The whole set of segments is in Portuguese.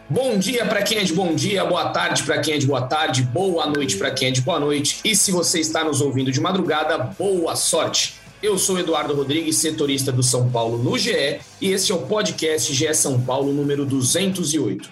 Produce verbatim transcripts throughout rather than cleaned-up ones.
Bom dia para quem é de bom dia, boa tarde para quem é de boa tarde, boa noite para quem é de boa noite. E se você está nos ouvindo de madrugada, boa sorte. Eu sou Eduardo Rodrigues, setorista do São Paulo no G E, e este é o podcast G E São Paulo número duzentos e oito.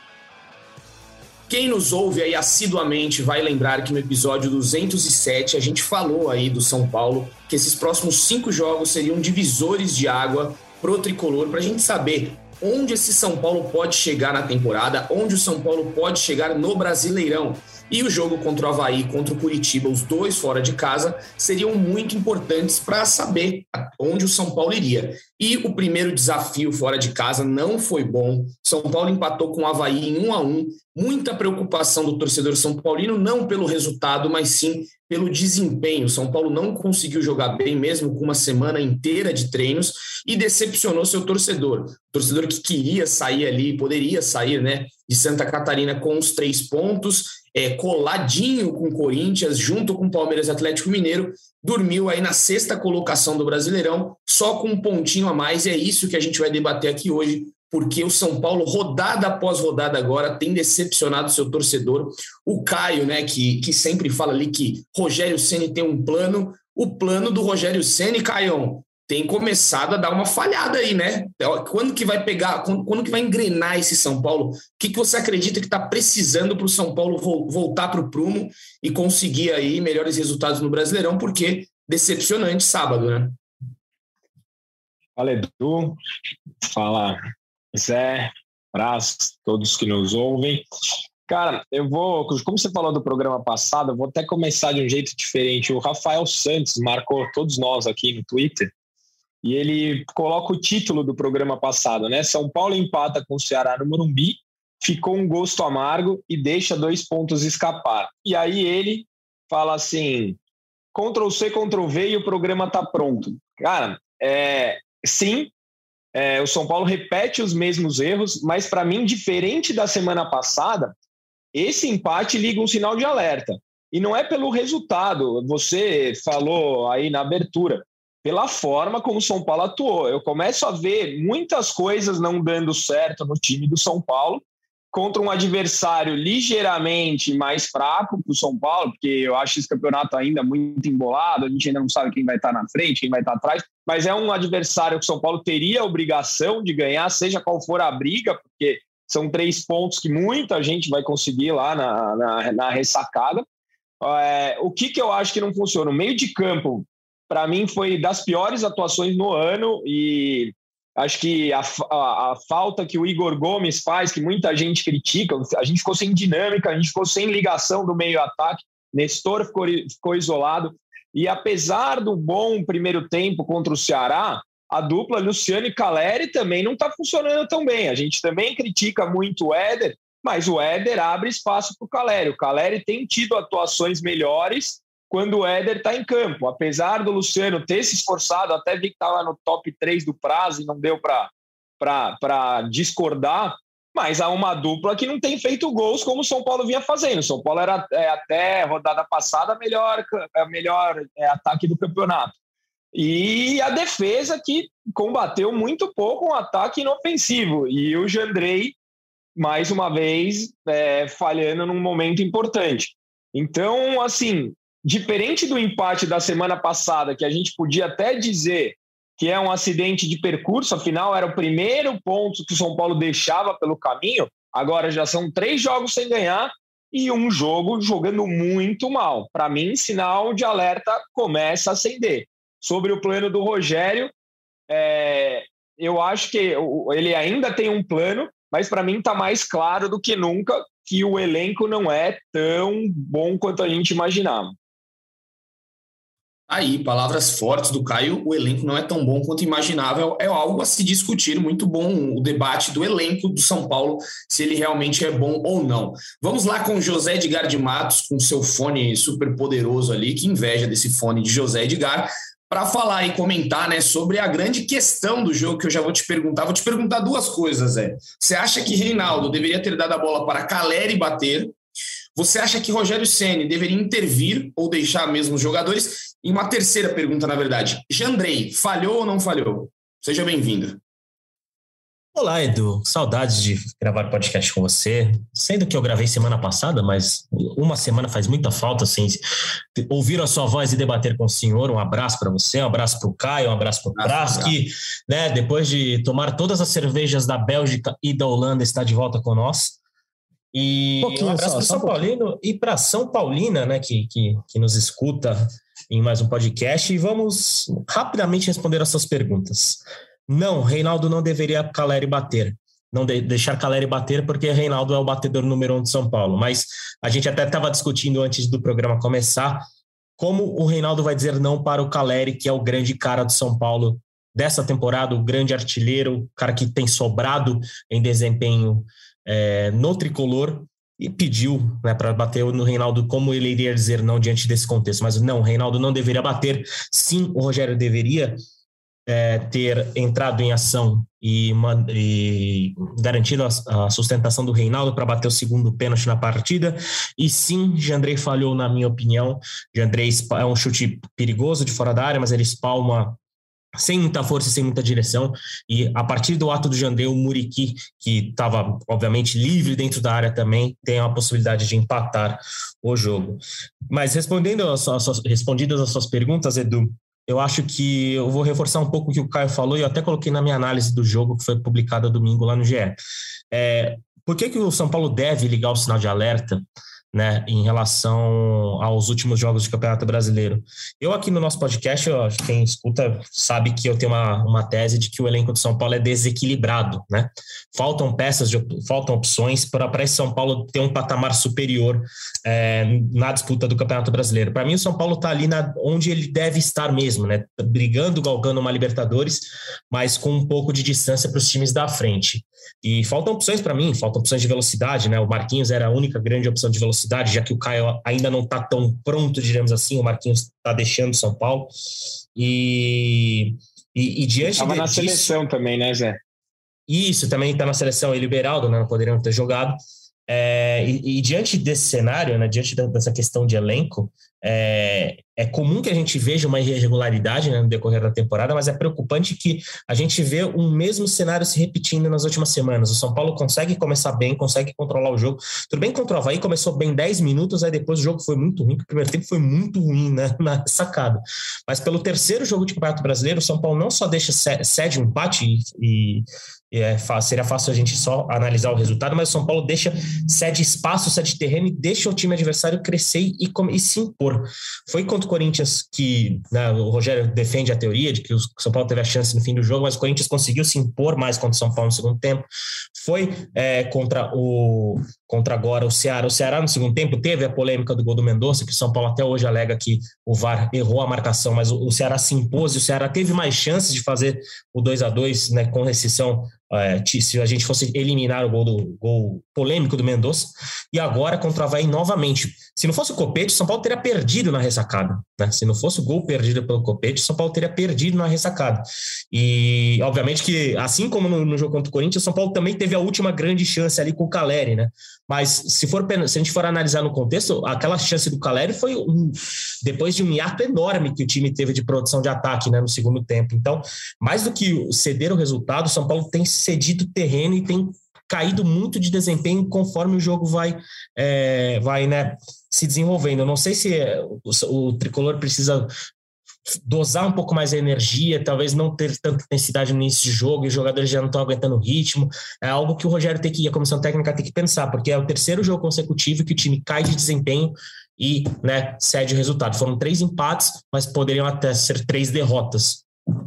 Quem nos ouve aí assiduamente vai lembrar que no episódio duzentos e sete a gente falou aí do São Paulo que esses próximos cinco jogos seriam divisores de água pro tricolor, para a gente saber onde esse São Paulo pode chegar na temporada, onde o São Paulo pode chegar no Brasileirão. E o jogo contra o Avaí, contra o Curitiba, os dois fora de casa, seriam muito importantes para saber onde o São Paulo iria. E o primeiro desafio fora de casa não foi bom. São Paulo empatou com o Avaí em um a um. Muita preocupação do torcedor são paulino, não pelo resultado, mas sim pelo desempenho. São Paulo não conseguiu jogar bem, mesmo com uma semana inteira de treinos, e decepcionou seu torcedor. O torcedor que queria sair ali, poderia sair, né, de Santa Catarina com os três pontos, é, coladinho com o Corinthians, junto com o Palmeiras e Atlético Mineiro, dormiu aí na sexta colocação do Brasileirão, só com um pontinho a mais, e é isso que a gente vai debater aqui hoje, porque o São Paulo, rodada após rodada agora, tem decepcionado seu torcedor. O Caio, né, que, que sempre fala ali que Rogério Ceni tem um plano, o plano do Rogério Ceni, Caião, tem começado a dar uma falhada aí, né? Quando que vai pegar, quando, quando que vai engrenar esse São Paulo? O que, que você acredita que está precisando para o São Paulo vo, voltar para o prumo e conseguir aí melhores resultados no Brasileirão? Porque decepcionante sábado, né? Fala, Edu. Fala, Zé. Abraço a todos que nos ouvem. Cara, eu vou, como você falou do programa passado, eu vou até começar de um jeito diferente. O Rafael Santos marcou todos nós aqui no Twitter e ele coloca o título do programa passado, né? São Paulo empata com o Ceará no Morumbi, ficou um gosto amargo e deixa dois pontos escapar. E aí ele fala assim, control C, control V e o programa tá pronto. Cara, é, sim, é, o São Paulo repete os mesmos erros, mas para mim, diferente da semana passada, esse empate liga um sinal de alerta. E não é pelo resultado, você falou aí na abertura, pela forma como o São Paulo atuou. Eu começo a ver muitas coisas não dando certo no time do São Paulo contra um adversário ligeiramente mais fraco para o São Paulo, porque eu acho esse campeonato ainda muito embolado, a gente ainda não sabe quem vai estar na frente, quem vai estar atrás, mas é um adversário que o São Paulo teria a obrigação de ganhar, seja qual for a briga, porque são três pontos que muita gente vai conseguir lá na, na, na ressacada. É, o que, que eu acho que não funciona? O meio de campo, para mim, foi das piores atuações no ano e acho que a, a, a falta que o Igor Gomes faz, que muita gente critica, a gente ficou sem dinâmica, a gente ficou sem ligação do meio-ataque, Nestor ficou, ficou isolado e apesar do bom primeiro tempo contra o Ceará, a dupla Luciano e Caleri também não está funcionando tão bem. A gente também critica muito o Éder, mas o Éder abre espaço para o Caleri. O Caleri tem tido atuações melhores quando o Éder está em campo. Apesar do Luciano ter se esforçado, até vi que estava no top três do prazo e não deu para discordar, mas há uma dupla que não tem feito gols como o São Paulo vinha fazendo. O São Paulo era é, até rodada passada a melhor, a melhor é, ataque do campeonato. E a defesa que combateu muito pouco um ataque inofensivo. E o Jandrei, mais uma vez, é, falhando num momento importante. Então, assim, diferente do empate da semana passada, que a gente podia até dizer que é um acidente de percurso, afinal era o primeiro ponto que o São Paulo deixava pelo caminho, agora já são três jogos sem ganhar e um jogo jogando muito mal. Para mim, sinal de alerta começa a acender. Sobre o plano do Rogério, é, eu acho que ele ainda tem um plano, mas para mim está mais claro do que nunca que o elenco não é tão bom quanto a gente imaginava. Aí, palavras fortes do Caio, o elenco não é tão bom quanto imaginável, é algo a se discutir, muito bom o debate do elenco do São Paulo, se ele realmente é bom ou não. Vamos lá com José Edgar de Matos, com seu fone super poderoso ali, que inveja desse fone de José Edgar, para falar e comentar, né, sobre a grande questão do jogo que eu já vou te perguntar. Vou te perguntar duas coisas, Zé. Você acha que Reinaldo deveria ter dado a bola para Caleri bater? Você acha que Rogério Ceni deveria intervir ou deixar mesmo os jogadores? E uma terceira pergunta, na verdade. Jandrei, falhou ou não falhou? Seja bem-vindo. Olá, Edu. Saudades de gravar podcast com você. Sendo que eu gravei semana passada, mas uma semana faz muita falta, assim, ouvir a sua voz e debater com o senhor. Um abraço para você, um abraço para o Caio, um abraço para o Praz, que, né, depois de tomar todas as cervejas da Bélgica e da Holanda, está de volta com nós. E um abraço para o São Paulino e para São Paulina, né, que, que, que nos escuta em mais um podcast. E vamos rapidamente responder as suas perguntas. Não, Reinaldo não deveria Caleri bater. Não de, deixar Caleri bater, porque Reinaldo é o batedor número um de São Paulo. Mas a gente até estava discutindo antes do programa começar como o Reinaldo vai dizer não para o Caleri, que é o grande cara do São Paulo dessa temporada, o grande artilheiro, o cara que tem sobrado em desempenho é, no tricolor, e pediu, né, para bater no Reinaldo, como ele iria dizer não diante desse contexto. Mas não, o Reinaldo não deveria bater. Sim, o Rogério deveria É, ter entrado em ação e, e garantido a, a sustentação do Reinaldo para bater o segundo pênalti na partida. E sim, Jandrei falhou, na minha opinião. Jandrei é um chute perigoso de fora da área, mas ele espalma sem muita força e sem muita direção, e a partir do ato do Jandrei, o Muriqui, que estava obviamente livre dentro da área também, tem a possibilidade de empatar o jogo. Mas respondendo às suas, respondidas as suas perguntas, Edu, eu acho que eu vou reforçar um pouco o que o Caio falou, e eu até coloquei na minha análise do jogo, que foi publicada domingo lá no G E. É, por que, que o São Paulo deve ligar o sinal de alerta, né, em relação aos últimos jogos do Campeonato Brasileiro? Eu aqui no nosso podcast, eu, quem escuta sabe que eu tenho uma, uma tese de que o elenco de São Paulo é desequilibrado, né? Faltam peças, de, faltam opções para esse São Paulo ter um patamar superior é, na disputa do Campeonato Brasileiro. Para mim, o São Paulo está ali na, onde ele deve estar mesmo, né? Brigando, galgando uma Libertadores, mas com um pouco de distância para os times da frente. E faltam opções para mim, faltam opções de velocidade, né? O Marquinhos era a única grande opção de velocidade, já que o Caio ainda não está tão pronto, digamos assim. O Marquinhos está deixando São Paulo. E, e, e diante Estava na disso, seleção também, né, Zé? Isso, também está na seleção. Ele e o Beraldo, né, não poderiam ter jogado. É, e, e diante desse cenário, né, diante dessa questão de elenco, é, é comum que a gente veja uma irregularidade, né, no decorrer da temporada, mas é preocupante que a gente vê um mesmo cenário se repetindo nas últimas semanas. O São Paulo consegue começar bem, consegue controlar o jogo. Tudo bem que contra o Avaí começou bem dez minutos, aí depois o jogo foi muito ruim, porque o primeiro tempo foi muito ruim, né, na sacada. Mas pelo terceiro jogo de Campeonato Brasileiro, o São Paulo não só deixa cede um empate e, e É fácil, seria fácil a gente só analisar o resultado, mas o São Paulo deixa, cede espaço, cede terreno e deixa o time adversário crescer e, e se impor. Foi contra o Corinthians que, né, o Rogério defende a teoria de que o São Paulo teve a chance no fim do jogo, mas o Corinthians conseguiu se impor mais contra o São Paulo no segundo tempo. Foi é, contra o contra agora o Ceará. O Ceará no segundo tempo teve a polêmica do gol do Mendonça, que o São Paulo até hoje alega que o V A R errou a marcação, mas o, o Ceará se impôs e o Ceará teve mais chances de fazer o dois a dois, né, com restrição. É, se a gente fosse eliminar o gol, do, gol polêmico do Mendonça. E agora contra o Avaí novamente. Se não fosse o Copete, o São Paulo teria perdido na ressacada, né? Se não fosse o gol perdido pelo Copete, o São Paulo teria perdido na ressacada. E obviamente que, assim como no, no jogo contra o Corinthians, o São Paulo também teve a última grande chance ali com o Caleri, né? Mas se, for, se a gente for analisar no contexto, aquela chance do Caleri foi um, depois de um hiato enorme que o time teve de produção de ataque, né, no segundo tempo. Então, mais do que ceder o resultado, o São Paulo tem cedido terreno e tem caído muito de desempenho conforme o jogo vai, é, vai né, se desenvolvendo. Eu não sei se o, o tricolor precisa dosar um pouco mais a energia, talvez não ter tanta intensidade no início de jogo, e os jogadores já não estão aguentando o ritmo. É algo que o Rogério tem que, a comissão técnica tem que pensar, porque é o terceiro jogo consecutivo que o time cai de desempenho e, né, cede o resultado. Foram três empates, mas poderiam até ser três derrotas.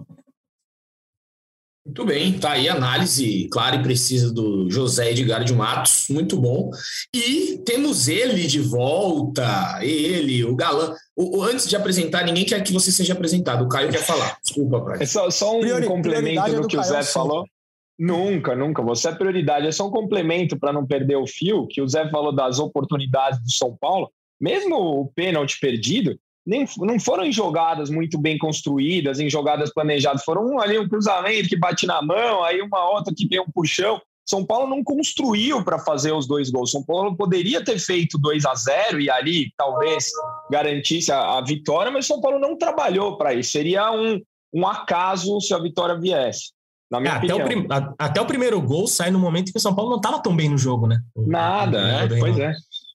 Muito bem, tá aí a análise clara e precisa do José Edgar de Matos, muito bom. E temos ele de volta, ele, o galã. O, o, antes de apresentar, ninguém quer que você seja apresentado, o Caio quer falar. Desculpa, Praia. É só, só um Priori, complemento do que o Zé Caio falou. Nunca, nunca. Você é prioridade. É só um complemento para não perder o fio, que o Zé falou das oportunidades do São Paulo. Mesmo o pênalti perdido, nem, não foram em jogadas muito bem construídas, em jogadas planejadas. Foram ali um cruzamento que bate na mão, aí uma outra que veio um puxão. São Paulo não construiu para fazer os dois gols. São Paulo poderia ter feito dois a zero e ali talvez garantisse a, a vitória, mas São Paulo não trabalhou para isso. Seria um, um acaso se a vitória viesse. Na minha é, até, o prim... até o primeiro gol sai no momento em que o São Paulo não estava tão bem no jogo, né? Nada, é, pois é.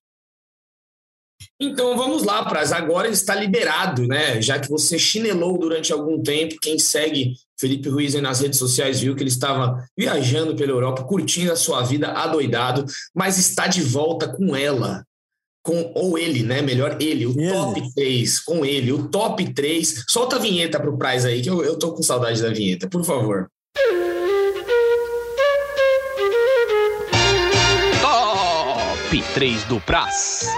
Então vamos lá, Praz. Agora está liberado, né? Já que você chinelou durante algum tempo, quem segue Felipe Ruiz aí nas redes sociais viu que ele estava viajando pela Europa, curtindo a sua vida adoidado, mas está de volta com ela. Com, ou ele, né? Melhor ele, o ele. top três, com ele, o top três. Solta a vinheta pro Praz aí, que eu, eu tô com saudade da vinheta, por favor. Top três do Praz.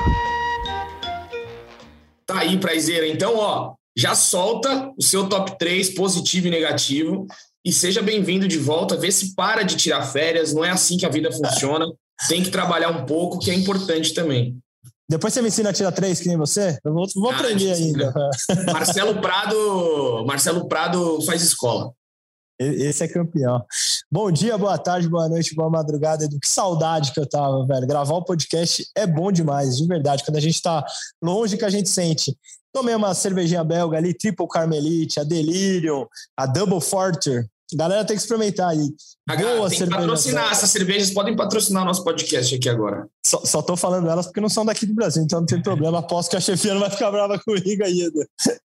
Tá aí, Prazeira. Então, ó, já solta o seu top três, positivo e negativo, e seja bem-vindo de volta. Vê se para de tirar férias, não é assim que a vida funciona. Tem que trabalhar um pouco, que é importante também. Depois você me ensina a tirar três, que nem você? Eu vou, vou ah, aprender ainda. Marcelo Prado, Marcelo Prado faz escola. Esse é campeão. Bom dia, boa tarde, boa noite, boa madrugada, Edu. Que saudade que eu tava, velho. Gravar um podcast é bom demais, de verdade. Quando a gente tá longe, que a gente sente. Tomei uma cervejinha belga ali, Triple Carmelite, a Delirium, a Double Forter. A galera tem que experimentar aí. Boa, tem que patrocinar belga. Essas cervejas, podem patrocinar o nosso podcast aqui agora. Só, só tô falando elas porque não são daqui do Brasil, então não tem problema. Aposto que a chefia não vai ficar brava comigo aí, Edu.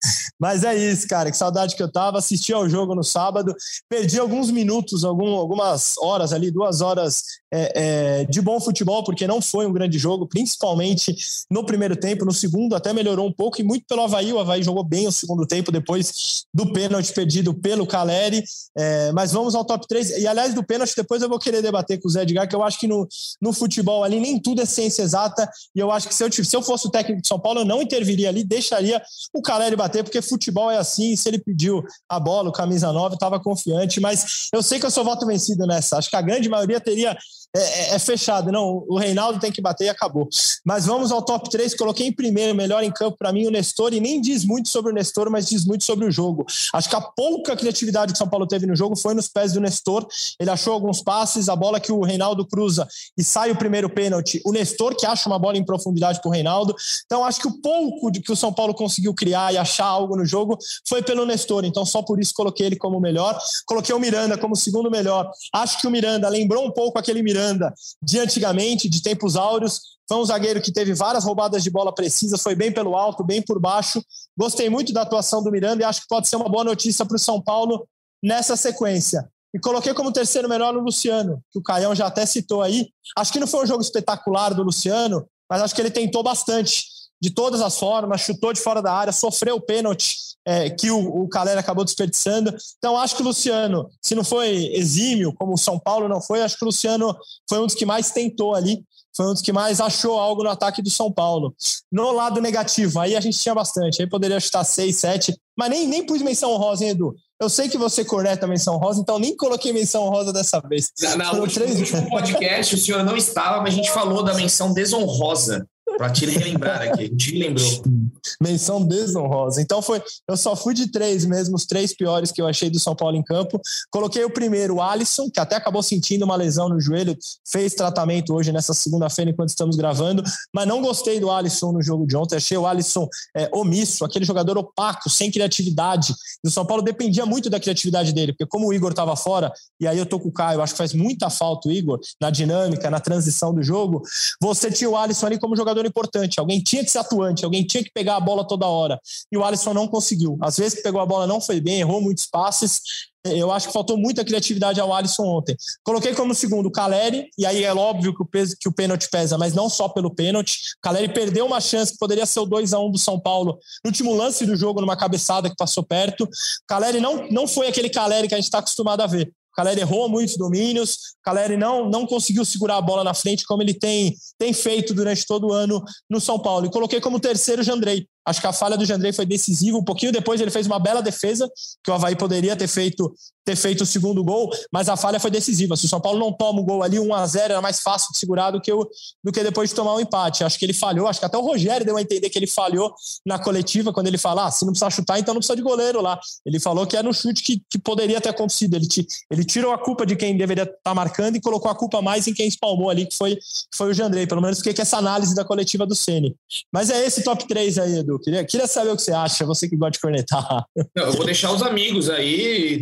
Mas é isso, cara. Que saudade que eu tava. Assisti ao jogo no sábado. Perdi alguns minutos, algum, algumas horas ali, duas horas é, é, de bom futebol, porque não foi um grande jogo, principalmente no primeiro tempo. No segundo até melhorou um pouco, e muito pelo Avaí. O Avaí jogou bem o segundo tempo, depois do pênalti perdido pelo Caleri. É, mas vamos ao top três. E, aliás, do pênalti, depois eu vou querer debater com o Zé Edgar, que eu acho que no, no futebol ali nem tudo é ciência exata, e eu acho que se eu, se eu fosse o técnico de São Paulo, eu não interviria ali, deixaria o Caleri bater, porque futebol é assim, se ele pediu a bola, o camisa nove, eu estava confiante, mas eu sei que eu sou voto vencido nessa, acho que a grande maioria teria É, é fechado, não, o Reinaldo tem que bater e acabou. Mas vamos ao top três, coloquei em primeiro, melhor em campo para mim o Nestor, e nem diz muito sobre o Nestor, mas diz muito sobre o jogo. Acho que a pouca criatividade que o São Paulo teve no jogo foi nos pés do Nestor. Ele achou alguns passes, a bola que o Reinaldo cruza e sai o primeiro pênalti, o Nestor que acha uma bola em profundidade para o Reinaldo. Então acho que o pouco de que o São Paulo conseguiu criar e achar algo no jogo foi pelo Nestor, então só por isso coloquei ele como melhor. Coloquei o Miranda como segundo melhor. Acho que o Miranda lembrou um pouco aquele Miranda de antigamente, de tempos áureos. Foi um zagueiro que teve várias roubadas de bola precisas, foi bem pelo alto, bem por baixo. Gostei muito da atuação do Miranda e acho que pode ser uma boa notícia para o São Paulo nessa sequência. E coloquei como terceiro melhor o Luciano, que o Caião já até citou aí. Acho que não foi um jogo espetacular do Luciano, mas acho que ele tentou bastante, de todas as formas, chutou de fora da área, sofreu o pênalti é, que o, o Caleri acabou desperdiçando. Então acho que o Luciano, se não foi exímio, como o São Paulo não foi, acho que o Luciano foi um dos que mais tentou ali, foi um dos que mais achou algo no ataque do São Paulo. No lado negativo, aí a gente tinha bastante, aí poderia chutar seis, sete, mas nem, nem pus menção honrosa, hein, Edu? Eu sei que você corneta a menção honrosa, então nem coloquei menção honrosa dessa vez. Na, último, três... no último podcast, o senhor não estava, mas a gente falou da menção desonrosa. Para te relembrar aqui, a gente lembrou. Menção desonrosa. Então foi, eu só fui de três mesmo, os três piores que eu achei do São Paulo em campo. Coloquei o primeiro, o Alisson, que até acabou sentindo uma lesão no joelho, fez tratamento hoje nessa segunda-feira enquanto estamos gravando, mas não gostei do Alisson no jogo de ontem. Achei o Alisson é, omisso, aquele jogador opaco, sem criatividade. E o São Paulo dependia muito da criatividade dele, porque como o Igor estava fora, e aí eu tô com o Caio, acho que faz muita falta o Igor na dinâmica, na transição do jogo, você tinha o Alisson ali como jogador importante, alguém tinha que ser atuante, alguém tinha que pegar a bola toda hora, e o Alisson não conseguiu, às vezes que pegou a bola não foi bem, errou muitos passes. Eu acho que faltou muita criatividade ao Alisson ontem. Coloquei como segundo o Caleri, e aí é óbvio que o, peso, que o pênalti pesa, mas não só pelo pênalti. O Caleri perdeu uma chance que poderia ser o dois a um do São Paulo no último lance do jogo, numa cabeçada que passou perto. O Caleri não, não foi aquele Caleri que a gente está acostumado a ver. O Caleri errou muitos domínios, o Caleri não, não conseguiu segurar a bola na frente como ele tem, tem feito durante todo o ano no São Paulo. E coloquei como terceiro o Jandrei. Acho que a falha do Jandrei foi decisiva. Um pouquinho depois ele fez uma bela defesa, que o Avaí poderia ter feito, ter feito o segundo gol, mas a falha foi decisiva. Se o São Paulo não toma o gol ali, um a zero, era mais fácil de segurar do que, o, do que depois de tomar um empate. Acho que ele falhou, acho que até o Rogério deu a entender que ele falhou na coletiva, quando ele fala, ah, se não precisa chutar, então não precisa de goleiro lá. Ele falou que era um chute que, que poderia ter acontecido. Ele, ele tirou a culpa de quem deveria estar marcando e colocou a culpa mais em quem espalmou ali, que foi, que foi o Jandrei. Pelo menos fiquei com essa análise da coletiva do Ceni. Mas é esse top três aí, Edu. Queria, queria saber o que você acha, você que gosta de cornetar. Não, eu vou deixar os amigos aí debaterem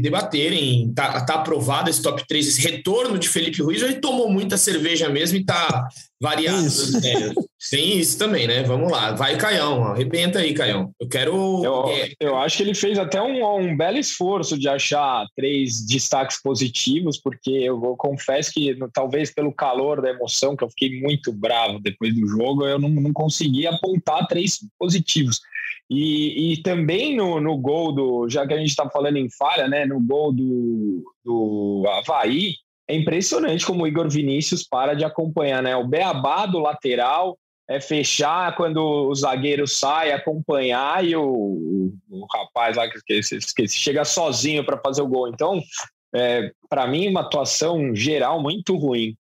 debaterem, tá, tá aprovado esse top três, esse retorno de Felipe Ruiz, ou ele tomou muita cerveja mesmo e tá variado. Isso. Né? Tem isso também, né? Vamos lá. Vai, Caião. Arrebenta aí, Caião. Eu quero... Eu, eu acho que ele fez até um, um belo esforço de achar três destaques positivos, porque eu, eu confesso que talvez pelo calor da emoção, que eu fiquei muito bravo depois do jogo, eu não, não consegui apontar três positivos. E, e também no, no gol do... Já que a gente está falando em falha, né? No gol do, do Avaí, é impressionante como o Igor Vinícius para de acompanhar, né? O beabá do lateral é fechar quando o zagueiro sai, acompanhar, e o, o, o rapaz lá que esqueci, esqueci, chega sozinho para fazer o gol. Então, é, para mim, uma atuação geral muito ruim.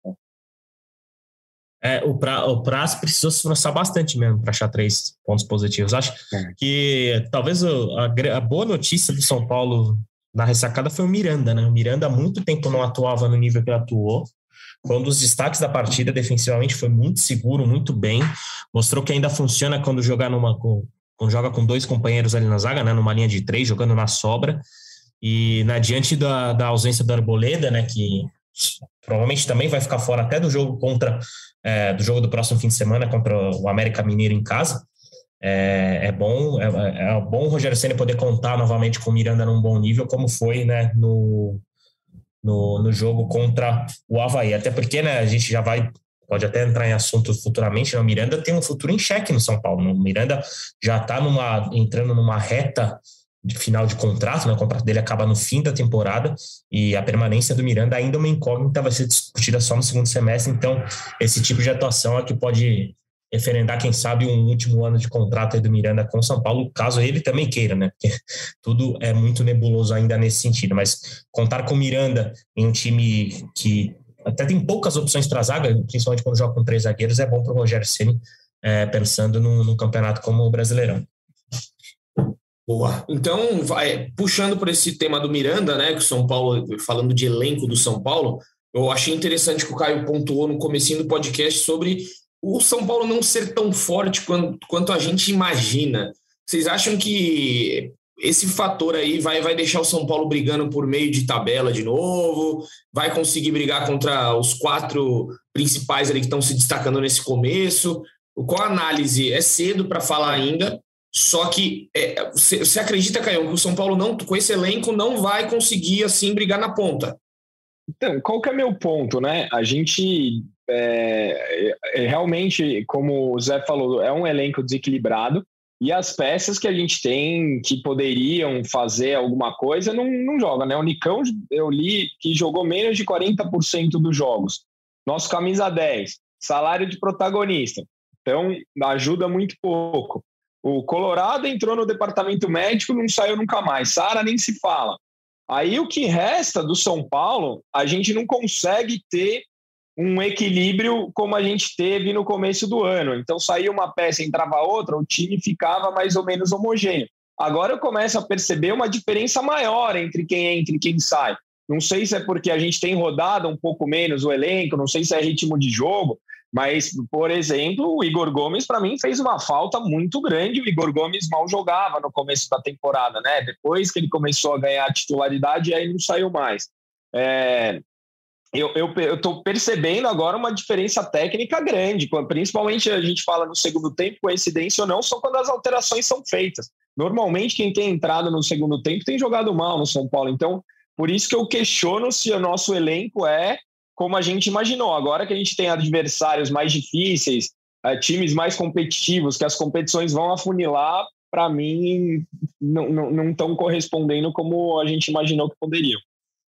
É, o, pra, o Praz precisou se esforçar bastante mesmo para achar três pontos positivos. Acho é. que talvez a, a boa notícia do São Paulo na ressacada foi o Miranda, né? O Miranda há muito tempo não atuava no nível que ele atuou. Foi um dos destaques da partida, defensivamente foi muito seguro, muito bem. Mostrou que ainda funciona quando, jogar numa, quando joga com dois companheiros ali na zaga, né? Numa linha de três, jogando na sobra. E na, diante da, da ausência do Arboleda, né? Que provavelmente também vai ficar fora até do jogo contra é, do jogo do próximo fim de semana contra o América Mineiro em casa. É, é bom é, é bom o Rogério Ceni poder contar novamente com o Miranda num bom nível, como foi, né, no, no, no jogo contra o Avaí. Até porque, né, a gente já vai, pode até entrar em assunto futuramente, né, o Miranda tem um futuro em xeque no São Paulo. O Miranda já está numa, entrando numa reta de final de contrato, né, o contrato dele acaba no fim da temporada e a permanência do Miranda ainda é uma incógnita, vai ser discutida só no segundo semestre. Então esse tipo de atuação é que pode referendar, quem sabe, um último ano de contrato aí do Miranda com o São Paulo, caso ele também queira, né? Porque tudo é muito nebuloso ainda nesse sentido, mas contar com o Miranda em um time que até tem poucas opções para a zaga, principalmente quando joga com três zagueiros, é bom para o Rogério Ceni, é, pensando num, num campeonato como o Brasileirão. Boa. Então, vai, puxando por esse tema do Miranda, né? Que o São Paulo, falando de elenco do São Paulo, eu achei interessante que o Caio pontuou no comecinho do podcast sobre o São Paulo não ser tão forte quanto, quanto a gente imagina. Vocês acham que esse fator aí vai, vai deixar o São Paulo brigando por meio de tabela de novo? Vai conseguir brigar contra os quatro principais ali que estão se destacando nesse começo? Qual a análise? É cedo para falar ainda, só que é, você, você acredita, Caio, que o São Paulo não, com esse elenco não vai conseguir assim brigar na ponta? Então, qual que é meu ponto, né? A gente é, é, realmente, como o Zé falou, é um elenco desequilibrado e as peças que a gente tem que poderiam fazer alguma coisa não, não joga, né? O Nicão, eu li que jogou menos de quarenta por cento dos jogos. Nosso camisa dez, salário de protagonista. Então, ajuda muito pouco. O Colorado entrou no departamento médico, não saiu nunca mais. Sara nem se fala. Aí o que resta do São Paulo, a gente não consegue ter um equilíbrio como a gente teve no começo do ano. Então saía uma peça, entrava outra, o time ficava mais ou menos homogêneo. Agora eu começo a perceber uma diferença maior entre quem entra e quem sai. Não sei se é porque a gente tem rodado um pouco menos o elenco, não sei se é ritmo de jogo, mas, por exemplo, o Igor Gomes, para mim, fez uma falta muito grande. O Igor Gomes mal jogava no começo da temporada, né? Depois que ele começou a ganhar a titularidade, aí não saiu mais. É, eu estou percebendo agora uma diferença técnica grande, principalmente a gente fala no segundo tempo, coincidência ou não, só quando as alterações são feitas. Normalmente, quem tem entrado no segundo tempo tem jogado mal no São Paulo. Então, por isso que eu questiono se o nosso elenco é como a gente imaginou. Agora que a gente tem adversários mais difíceis, times mais competitivos, que as competições vão afunilar, para mim, não estão correspondendo como a gente imaginou que poderiam.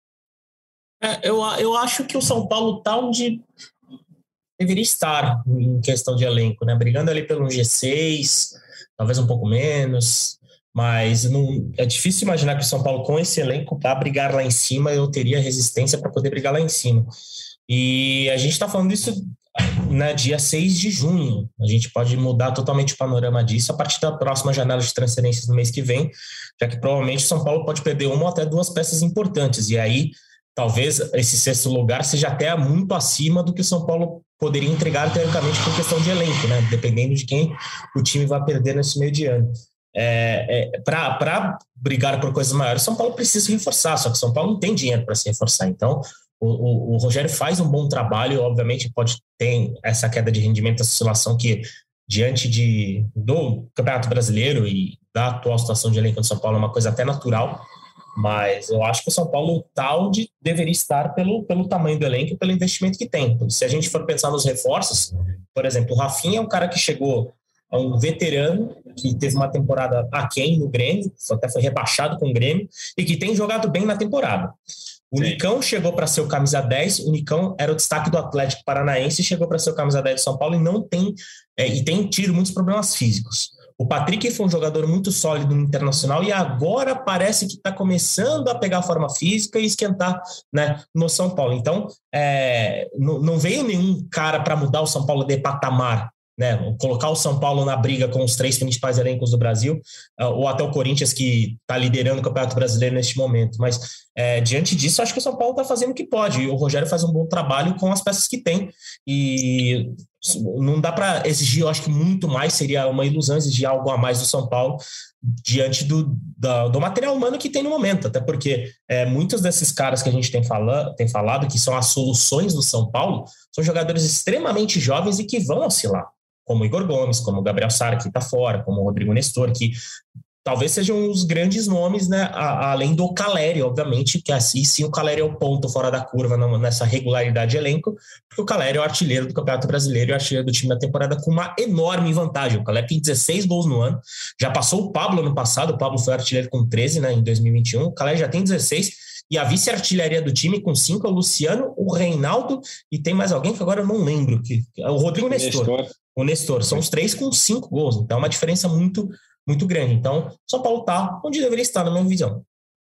É, eu, eu acho que o São Paulo está onde deveria estar em questão de elenco, né? Brigando ali pelo G seis, talvez um pouco menos, mas não, é difícil imaginar que o São Paulo, com esse elenco, para brigar lá em cima, eu teria resistência para poder brigar lá em cima. E a gente está falando isso na dia seis de junho. A gente pode mudar totalmente o panorama disso a partir da próxima janela de transferências no mês que vem, já que provavelmente o São Paulo pode perder uma ou até duas peças importantes. E aí, talvez esse sexto lugar seja até muito acima do que o São Paulo poderia entregar, teoricamente, por questão de elenco, né? Dependendo de quem o time vai perder nesse meio de ano. é, é, para brigar por coisas maiores, São Paulo precisa se reforçar, só que São Paulo não tem dinheiro para se reforçar. Então, o, o, o Rogério faz um bom trabalho, obviamente pode ter essa queda de rendimento, essa oscilação que, diante de, do Campeonato Brasileiro e da atual situação de elenco do São Paulo, é uma coisa até natural, mas eu acho que o São Paulo está onde deveria estar pelo, pelo tamanho do elenco e pelo investimento que tem. Se a gente for pensar nos reforços, por exemplo, o Rafinha é um cara que chegou a um veterano, que teve uma temporada aquém no Grêmio, até foi rebaixado com o Grêmio, e que tem jogado bem na temporada. O Sim. Nicão chegou para ser o camisa dez, o Nicão era o destaque do Atlético Paranaense, chegou para ser o camisa dez de São Paulo e não tem, é, e tem tido muitos problemas físicos. O Patrick foi um jogador muito sólido no Internacional e agora parece que está começando a pegar a forma física e esquentar, né, no São Paulo. Então, é, não, não veio nenhum cara para mudar o São Paulo de patamar, né, colocar o São Paulo na briga com os três principais elencos do Brasil, ou até o Corinthians, que está liderando o Campeonato Brasileiro neste momento. Mas, é, diante disso, acho que o São Paulo está fazendo o que pode. E o Rogério faz um bom trabalho com as peças que tem. E não dá para exigir, eu acho que muito mais, seria uma ilusão exigir algo a mais do São Paulo diante do, do, do material humano que tem no momento, até porque é, muitos desses caras que a gente tem, fala, tem falado, que são as soluções do São Paulo, são jogadores extremamente jovens e que vão oscilar, como o Igor Gomes, como o Gabriel Sara, que está fora, como o Rodrigo Nestor, que talvez sejam os grandes nomes, né, a, além do Caleri, obviamente, que assim sim o Caleri é o ponto fora da curva nessa regularidade de elenco, porque o Caleri é o artilheiro do Campeonato Brasileiro e o artilheiro do time da temporada com uma enorme vantagem. O Caleri tem dezesseis gols no ano, já passou o Pablo no passado, o Pablo foi artilheiro com treze, né, em dois mil e vinte e um, o Caleri já tem dezesseis, e a vice-artilharia do time com cinco é o Luciano, o Reinaldo, e tem mais alguém que agora eu não lembro, que é o Rodrigo Nestor. Nestor. O Nestor, são os três com cinco gols, então é uma diferença muito muito grande. Então, São Paulo está onde deveria estar, na minha visão.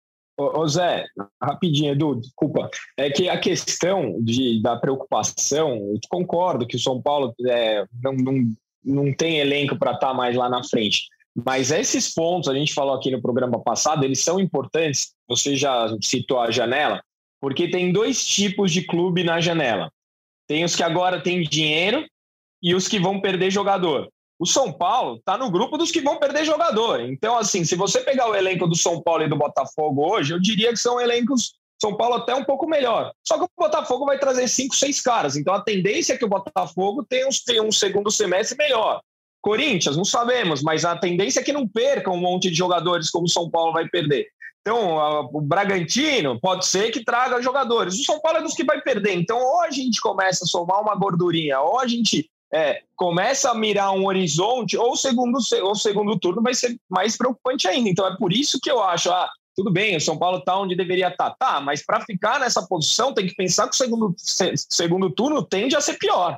Ô, ô Zé, rapidinho, Edu, desculpa. É que a questão de, da preocupação, eu concordo que o São Paulo é, não, não, não tem elenco para estar tá mais lá na frente. Mas esses pontos, a gente falou aqui no programa passado, eles são importantes. Você já citou a janela, porque tem dois tipos de clube na janela. Tem os que agora têm dinheiro e os que vão perder jogador. O São Paulo está no grupo dos que vão perder jogador. Então, assim, se você pegar o elenco do São Paulo e do Botafogo hoje, eu diria que são elencos São Paulo até um pouco melhor. Só que o Botafogo vai trazer cinco, seis caras. Então, a tendência é que o Botafogo tenha um, tenha um segundo semestre melhor. Corinthians, não sabemos, mas a tendência é que não perca um monte de jogadores como o São Paulo vai perder. Então, a, o Bragantino pode ser que traga jogadores. O São Paulo é dos que vai perder. Então, ou a gente começa a somar uma gordurinha, ou a gente... É, começa a mirar um horizonte, ou o segundo, ou segundo turno vai ser mais preocupante ainda. Então é por isso que eu acho, ah, tudo bem, o São Paulo está onde deveria estar, tá, tá, mas para ficar nessa posição tem que pensar que o segundo, segundo turno tende a ser pior.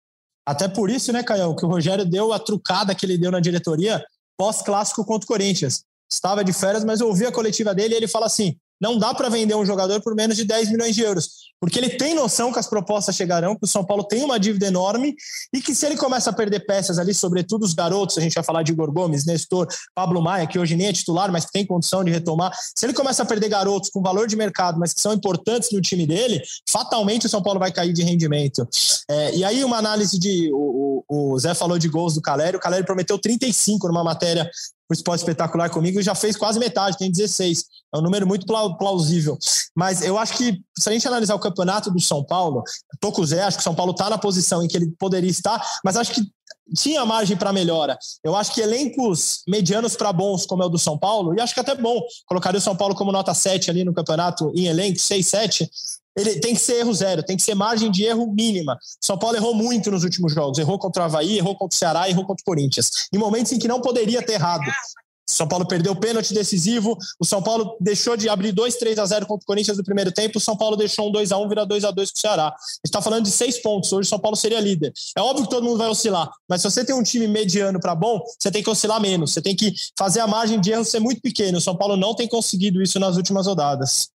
Até por isso, né, Caião, que o Rogério deu a trucada que ele deu na diretoria pós-clássico contra o Corinthians. Estava de férias, mas eu ouvi a coletiva dele e ele fala assim, não dá para vender um jogador por menos de dez milhões de euros, porque ele tem noção que as propostas chegarão, que o São Paulo tem uma dívida enorme e que se ele começa a perder peças ali, sobretudo os garotos, a gente vai falar de Igor Gomes, Nestor, Pablo Maia, que hoje nem é titular, mas que tem condição de retomar, se ele começa a perder garotos com valor de mercado, mas que são importantes no time dele, fatalmente o São Paulo vai cair de rendimento. É, e aí uma análise de... O, o, o Zé falou de gols do Caleri, o Caleri prometeu trinta e cinco numa matéria o Esporte Espetacular comigo e já fez quase metade, tem dezesseis. É um número muito plausível. Mas eu acho que, se a gente analisar o campeonato do São Paulo, tô com o Zé, acho que o São Paulo está na posição em que ele poderia estar, mas acho que tinha margem para melhora. Eu acho que elencos medianos para bons, como é o do São Paulo, e acho que até bom, colocaria o São Paulo como nota sete ali no campeonato, em elenco, seis, sete, ele tem que ser erro zero, tem que ser margem de erro mínima. São Paulo errou muito nos últimos jogos, errou contra o Avaí, errou contra o Ceará, errou contra o Corinthians, em momentos em que não poderia ter errado. O São Paulo perdeu o pênalti decisivo, o São Paulo deixou de abrir dois, três a zero contra o Corinthians no primeiro tempo, o São Paulo deixou um dois a um, vira dois a dois com o Ceará. A gente está falando de seis pontos, hoje o São Paulo seria líder. É óbvio que todo mundo vai oscilar, mas se você tem um time mediano para bom, você tem que oscilar menos, você tem que fazer a margem de erro ser muito pequena. O São Paulo não tem conseguido isso nas últimas rodadas.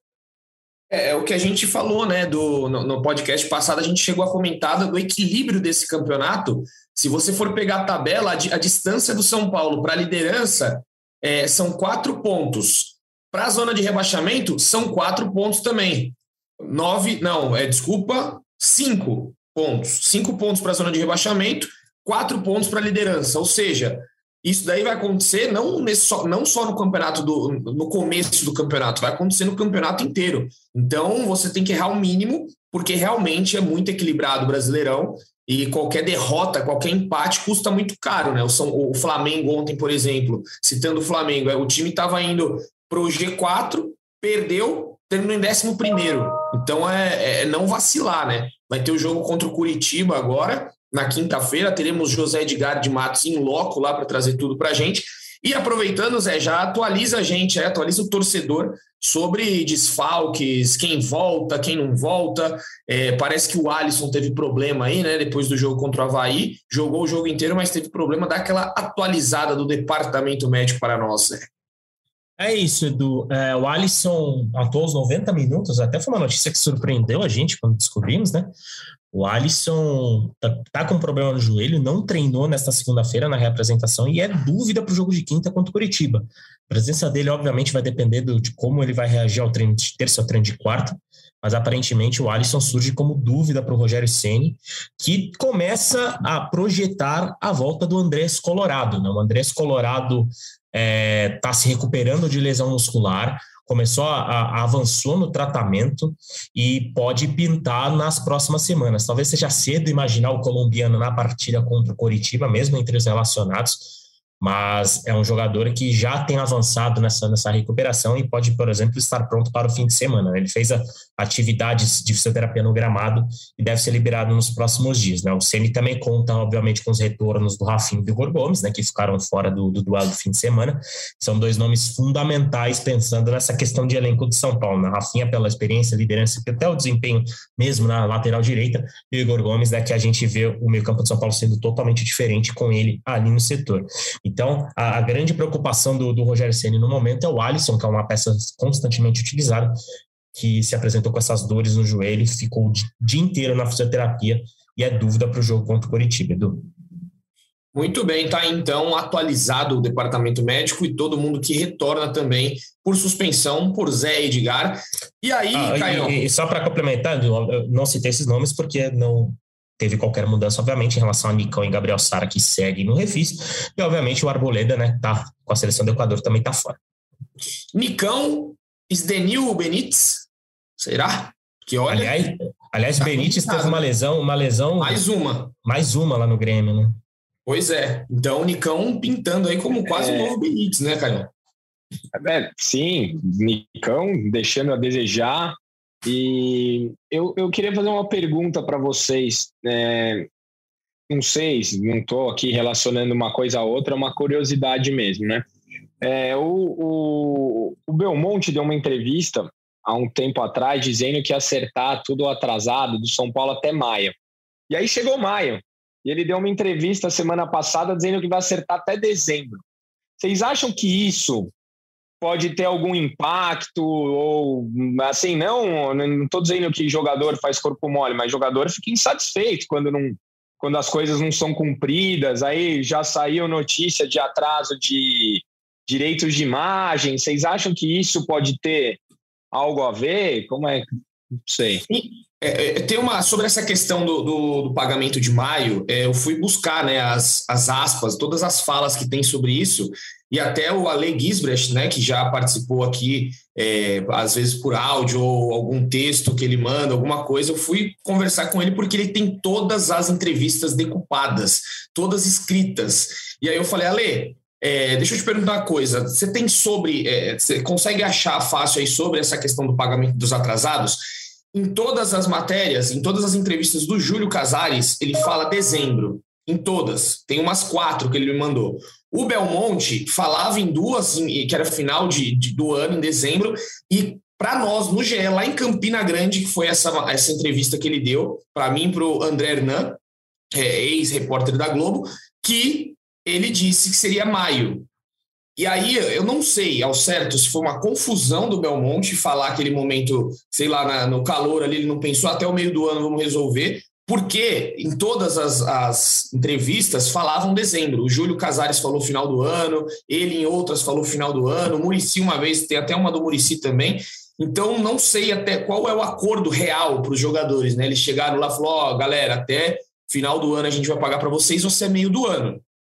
É, é o que a gente falou, né, do, no, no podcast passado, a gente chegou a comentar do equilíbrio desse campeonato. Se você for pegar a tabela, a, a distância do São Paulo para a liderança é, são quatro pontos. Para a zona de rebaixamento, são quatro pontos também. Nove, não, é, desculpa, cinco pontos. Cinco pontos para a zona de rebaixamento, quatro pontos para a liderança. Ou seja, Isso daí vai acontecer não, nesse, não só no campeonato, do, no começo do campeonato, vai acontecer no campeonato inteiro. Então, você tem que errar o mínimo, porque realmente é muito equilibrado o Brasileirão e qualquer derrota, qualquer empate custa muito caro, né? O, São, o Flamengo ontem, por exemplo, citando o Flamengo, o time estava indo para o G quatro, perdeu, terminou em décimo primeiro. Então, é, é não vacilar, né? Vai ter o jogo contra o Curitiba agora, na quinta-feira, teremos José Edgar de Matos em loco lá para trazer tudo para a gente. E aproveitando, Zé, já atualiza a gente, é, atualiza o torcedor sobre desfalques, quem volta, quem não volta. É, parece que o Alisson teve problema aí, né? Depois do jogo contra o Avaí, jogou o jogo inteiro, mas teve problema. Dá aquela atualizada do departamento médico para nós, né? É isso, Edu. É, o Alisson atuou os noventa minutos, até foi uma notícia que surpreendeu a gente quando descobrimos, né? O Alisson tá, tá com problema no joelho, não treinou nesta segunda-feira na reapresentação e é dúvida para o jogo de quinta contra o Curitiba. A presença dele, obviamente, vai depender do, de como ele vai reagir ao treino de terça ou treino de quarta, mas aparentemente o Alisson surge como dúvida para o Rogério Ceni, que começa a projetar a volta do Andrés Colorado, né? O Andrés Colorado está é, se recuperando de lesão muscular, começou a, a avançou no tratamento e pode pintar nas próximas semanas. Talvez seja cedo imaginar o colombiano na partida contra o Coritiba, mesmo entre os relacionados, mas é um jogador que já tem avançado nessa, nessa recuperação e pode, por exemplo, estar pronto para o fim de semana. Ele fez a, atividades de fisioterapia no gramado e deve ser liberado nos próximos dias, né? O Ceni também conta, obviamente, com os retornos do Rafinha e do Igor Gomes, né, que ficaram fora do, do duelo do fim de semana. São dois nomes fundamentais pensando nessa questão de elenco de São Paulo, né? Rafinha pela experiência, liderança e até o desempenho mesmo na lateral direita, e o Igor Gomes, né, que a gente vê o meio-campo de São Paulo sendo totalmente diferente com ele ali no setor. Então, a, a grande preocupação do, do Rogério Ceni no momento é o Alisson, que é uma peça constantemente utilizada, que se apresentou com essas dores no joelho, ficou o dia inteiro na fisioterapia e é dúvida para o jogo contra o Coritiba, Edu. Muito bem, tá então atualizado o departamento médico e todo mundo que retorna também por suspensão, por Zé Edgar. E aí, ah, Caio... E, e só para complementar, eu não citei esses nomes porque não teve qualquer mudança, obviamente, em relação a Nicão e Gabriel Sara, que segue no refis, e obviamente o Arboleda, né, tá com a seleção do Equador, também tá fora. Nicão, Esdenil Benítez, será? Que olha... Aliás, aliás tá Benítez teve uma lesão, uma lesão... Mais uma. Mais uma lá no Grêmio, né? Pois é. Então o Nicão pintando aí como quase o é... um novo Benítez, né, Caio? É, sim, Nicão deixando a desejar. E eu, eu queria fazer uma pergunta para vocês. É, não sei, não estou aqui relacionando uma coisa a outra, é uma curiosidade mesmo, né? É, o, o, o Belmonte deu uma entrevista há um tempo atrás dizendo que ia acertar tudo atrasado do São Paulo até maio. E aí chegou maio. E ele deu uma entrevista semana passada dizendo que vai acertar até dezembro. Vocês acham que isso pode ter algum impacto? Ou assim, não não estou dizendo que jogador faz corpo mole, mas jogador fica insatisfeito quando, não, quando as coisas não são cumpridas. Aí já saiu notícia de atraso de direitos de imagem. Vocês acham que isso pode ter algo a ver? Como é? Não sei. É, é, tem uma, sobre essa questão do, do, do pagamento de maio, é, eu fui buscar, né, as, as aspas, todas as falas que tem sobre isso, e até o Ale Gisbrecht, né, que já participou aqui, é, às vezes por áudio ou algum texto que ele manda, alguma coisa, eu fui conversar com ele porque ele tem todas as entrevistas decupadas, todas escritas. E aí eu falei, Ale, é, deixa eu te perguntar uma coisa, você tem sobre, é, você consegue achar fácil aí sobre essa questão do pagamento dos atrasados? Em todas as matérias, em todas as entrevistas do Júlio Casares, ele fala dezembro. Em todas. Tem umas quatro que ele me mandou. O Belmonte falava em duas, que era final de, de, do ano, em dezembro. E para nós, no G E, lá em Campina Grande, que foi essa, essa entrevista que ele deu, para mim, para o André Hernan, é, ex-repórter da Globo, que ele disse que seria maio. E aí, eu não sei ao certo se foi uma confusão do Belmonte falar aquele momento, sei lá, na, no calor ali, ele não pensou até o meio do ano, vamos resolver, porque em todas as, as entrevistas falavam dezembro. O Júlio Casares falou final do ano, ele em outras falou final do ano, o Muricy uma vez, tem até uma do Muricy também. Então, não sei até qual é o acordo real para os jogadores, né? Eles chegaram lá e falaram, ó, oh, galera, até final do ano a gente vai pagar para vocês, ou se é meio do ano.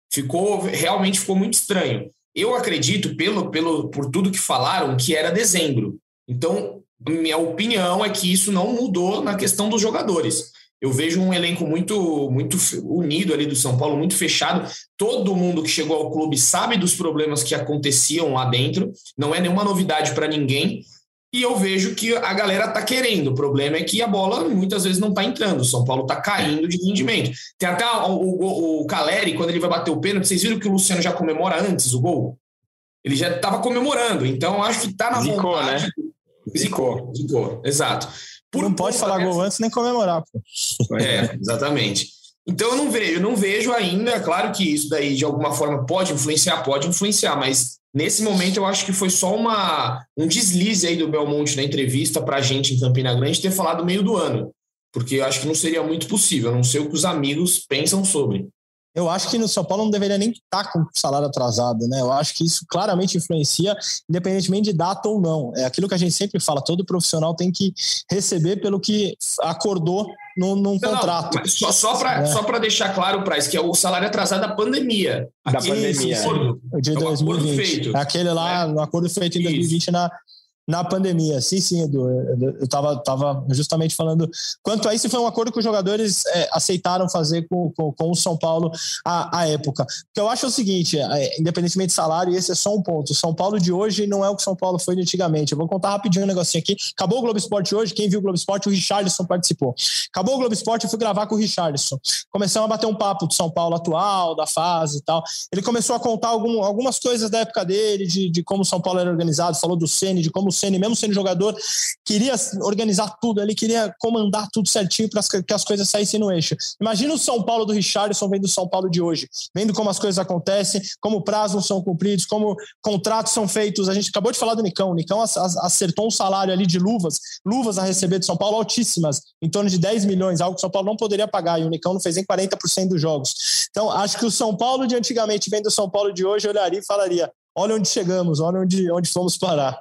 Ficou, realmente ficou muito estranho. Eu acredito, pelo, pelo, por tudo que falaram, que era dezembro. Então, minha opinião é que isso não mudou na questão dos jogadores. Eu vejo um elenco muito, muito unido ali do São Paulo, muito fechado. Todo mundo que chegou ao clube sabe dos problemas que aconteciam lá dentro. Não é nenhuma novidade para ninguém. E eu vejo que a galera está querendo. O problema é que a bola muitas vezes não está entrando. O São Paulo está caindo de rendimento. Tem até o, o, o Caleri, quando ele vai bater o pênalti, vocês viram que o Luciano já comemora antes o gol? Ele já estava comemorando. Então, acho que está na Zicou, vontade. Né? Zicou, zicou, exato. Por não pode falar gol antes nem comemorar. Pô. É, exatamente. Então eu não vejo, eu não vejo ainda, é claro que isso daí de alguma forma pode influenciar, pode influenciar, mas nesse momento eu acho que foi só uma, um deslize aí do Belmonte na entrevista pra gente em Campina Grande ter falado meio do ano, porque eu acho que não seria muito possível, eu não sei o que os amigos pensam sobre. Eu acho que no São Paulo não deveria nem estar com salário atrasado, né? Eu acho que isso claramente influencia, independentemente de data ou não. É aquilo que a gente sempre fala, todo profissional tem que receber pelo que acordou num, num não, contrato. Não, só só para é. só para deixar claro, Price, que é o salário atrasado da pandemia. Da Aqui, pandemia. Acordo, é. De dois mil e vinte. Aquele lá, no é. acordo feito em dois mil e vinte na... Na pandemia, sim, sim, Edu. Eu estava tava justamente falando. Quanto a isso, foi um acordo que os jogadores é, aceitaram fazer com, com, com o São Paulo à, à época. O que eu acho é o seguinte: é, independentemente de salário, esse é só um ponto. O São Paulo de hoje não é o que o São Paulo foi de antigamente. Eu vou contar rapidinho um negocinho aqui. Acabou o Globo Esporte hoje. Quem viu o Globo Esporte, o Richarlison participou. Acabou o Globo Esporte, eu fui gravar com o Richarlison. Começamos a bater um papo do São Paulo atual, da fase e tal. Ele começou a contar algum, algumas coisas da época dele, de, de como o São Paulo era organizado, falou do Ceni, de como o Ceni, mesmo sendo jogador, queria organizar tudo, ele queria comandar tudo certinho para que as coisas saíssem no eixo. Imagina o São Paulo do Richarlison vendo o São Paulo de hoje, vendo como as coisas acontecem, como prazos não são cumpridos, como contratos são feitos. A gente acabou de falar do Nicão, o Nicão acertou um salário ali de luvas, luvas a receber do São Paulo altíssimas, em torno de dez milhões, algo que o São Paulo não poderia pagar, e o Nicão não fez nem quarenta por cento dos jogos. Então, acho que o São Paulo de antigamente vendo o São Paulo de hoje, olharia e falaria: olha onde chegamos, olha onde, onde fomos parar.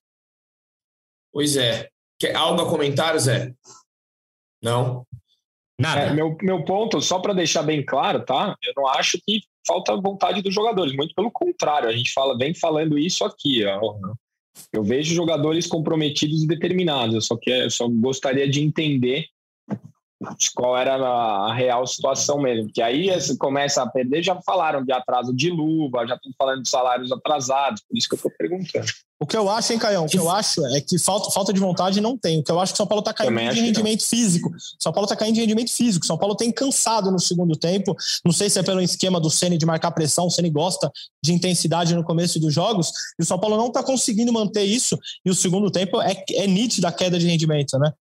Pois é. Quer algo a comentar, Zé? Não? Nada. É, meu, meu ponto, só para deixar bem claro, tá? Eu não acho que falta vontade dos jogadores, muito pelo contrário, a gente fala, vem falando isso aqui, ó. Eu vejo jogadores comprometidos e determinados, eu só, que, eu só gostaria de entender qual era a, a real situação mesmo, porque aí você começa a perder, já falaram de atraso de luva, já estão falando de salários atrasados, por isso que eu estou perguntando. O que eu acho, hein, Caião? O que eu acho é que falta, falta de vontade não tem. O que eu acho é que o São Paulo está caindo de rendimento físico. São Paulo está caindo de rendimento físico. São Paulo tem cansado no segundo tempo. Não sei se é pelo esquema do Ceni de marcar pressão. O Ceni gosta de intensidade no começo dos jogos. E o São Paulo não está conseguindo manter isso. E o segundo tempo é, é nítido a queda de rendimento, né?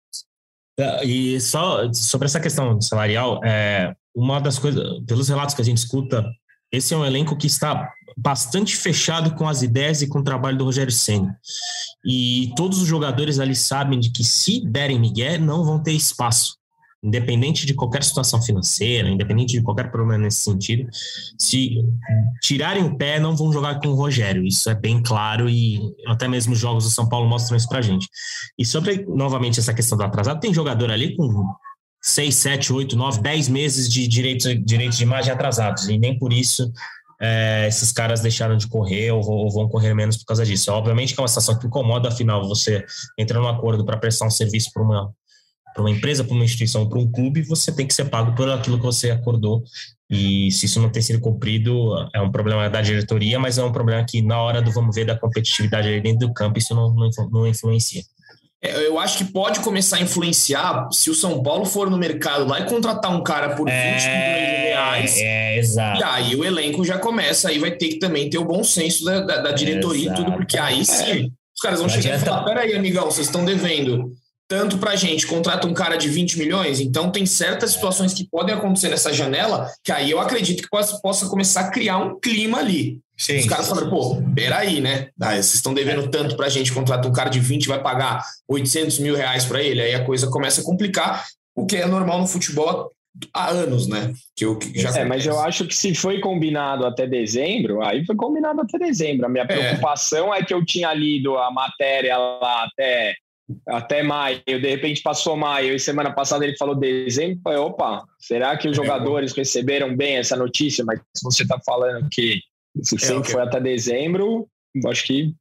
E só sobre essa questão salarial, é, uma das coisas, pelos relatos que a gente escuta, esse é um elenco que está bastante fechado com as ideias e com o trabalho do Rogério Ceni. E todos os jogadores ali sabem de que se derem migué, não vão ter espaço. Independente de qualquer situação financeira, independente de qualquer problema nesse sentido, se tirarem o pé, não vão jogar com o Rogério. Isso é bem claro e até mesmo os jogos do São Paulo mostram isso pra gente. E sobre, novamente, essa questão do atrasado, tem jogador ali com seis, sete, oito, nove, dez meses de direitos direito de imagem atrasados, e nem por isso é, esses caras deixaram de correr ou, ou vão correr menos por causa disso. Obviamente que é uma situação que incomoda, afinal, você entra num acordo para prestar um serviço para uma, para uma empresa, para uma instituição, para um clube, você tem que ser pago por aquilo que você acordou, e se isso não tem sido cumprido, é um problema da diretoria, mas é um problema que na hora do vamos ver da competitividade ali dentro do campo, isso não, não, não influencia. Eu acho que pode começar a influenciar se o São Paulo for no mercado lá e contratar um cara por é, vinte milhões de reais. É, exato. E aí o elenco já começa, aí vai ter que também ter o bom senso da, da, da diretoria exato. E tudo, porque aí sim, os caras vão não chegar adianta. E falar: peraí, amigão, vocês estão devendo tanto pra gente, contrata um cara de vinte milhões, então tem certas situações que podem acontecer nessa janela, que aí eu acredito que possa, possa começar a criar um clima ali. Sim. Os caras falaram: pô, peraí, né? Ah, vocês estão devendo tanto pra gente, contrata um cara de vinte, vai pagar oitocentos mil reais pra ele, aí a coisa começa a complicar, o que é normal no futebol há anos, né? Que eu, que já é, mas eu acho que se foi combinado até dezembro, aí foi combinado até dezembro. A minha preocupação é, é que eu tinha lido a matéria lá até até maio, de repente passou maio e semana passada ele falou dezembro, falei, opa, será que os jogadores receberam bem essa notícia? Mas se você está falando que isso sempre é, okay. foi até dezembro, acho que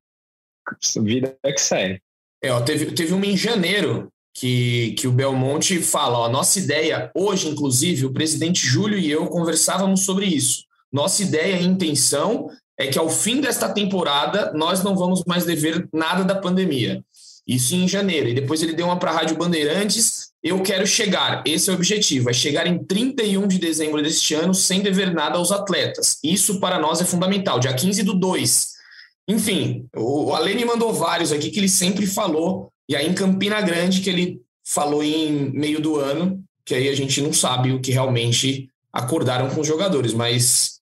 vida é que segue. É, ó, teve, teve uma em janeiro que, que o Belmonte fala, ó, nossa ideia, hoje inclusive o presidente Júlio e eu conversávamos sobre isso, nossa ideia e intenção é que ao fim desta temporada nós não vamos mais dever nada da pandemia. Isso em janeiro. E depois ele deu uma para a Rádio Bandeirantes. Eu quero chegar, esse é o objetivo, é chegar em trinta e um de dezembro deste ano sem dever nada aos atletas. Isso para nós é fundamental. Dia quinze do dois. Enfim, o Ale me mandou vários aqui que ele sempre falou. E aí em Campina Grande que ele falou em meio do ano, que aí a gente não sabe o que realmente acordaram com os jogadores. Mas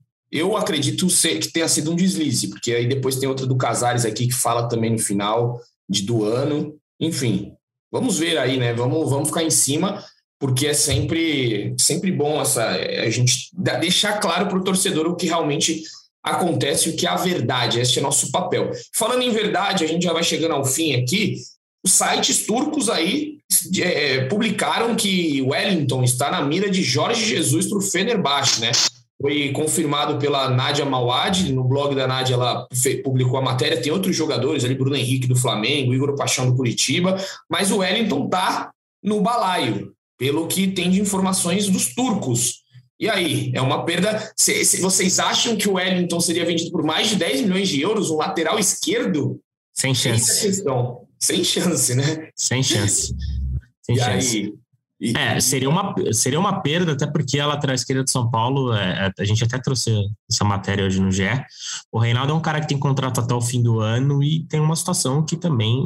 eu acredito que tenha sido um deslize, porque aí depois tem outra do Casares aqui que fala também no final de do ano, enfim, vamos ver aí, né, vamos, vamos ficar em cima, porque é sempre, sempre bom essa, a gente deixar claro para o torcedor o que realmente acontece, o que é a verdade, esse é nosso papel. Falando em verdade, a gente já vai chegando ao fim aqui, os sites turcos aí é, publicaram que o Wellington está na mira de Jorge Jesus para o Fenerbahçe, né? Foi confirmado pela Nádia Mauad, no blog da Nádia ela publicou a matéria, tem outros jogadores ali, Bruno Henrique do Flamengo, Igor Paixão do Curitiba, mas o Wellington tá no balaio, pelo que tem de informações dos turcos. E aí, é uma perda, se, se vocês acham que o Wellington seria vendido por mais de dez milhões de euros, um lateral esquerdo? Sem chance. Essa é a questão. Sem chance, né? Sem chance. Sem e chance. Aí, E, é, seria uma, seria uma perda, até porque a lateral esquerda de São Paulo, é, a gente até trouxe essa matéria hoje no G E. O Reinaldo é um cara que tem contrato até o fim do ano e tem uma situação que também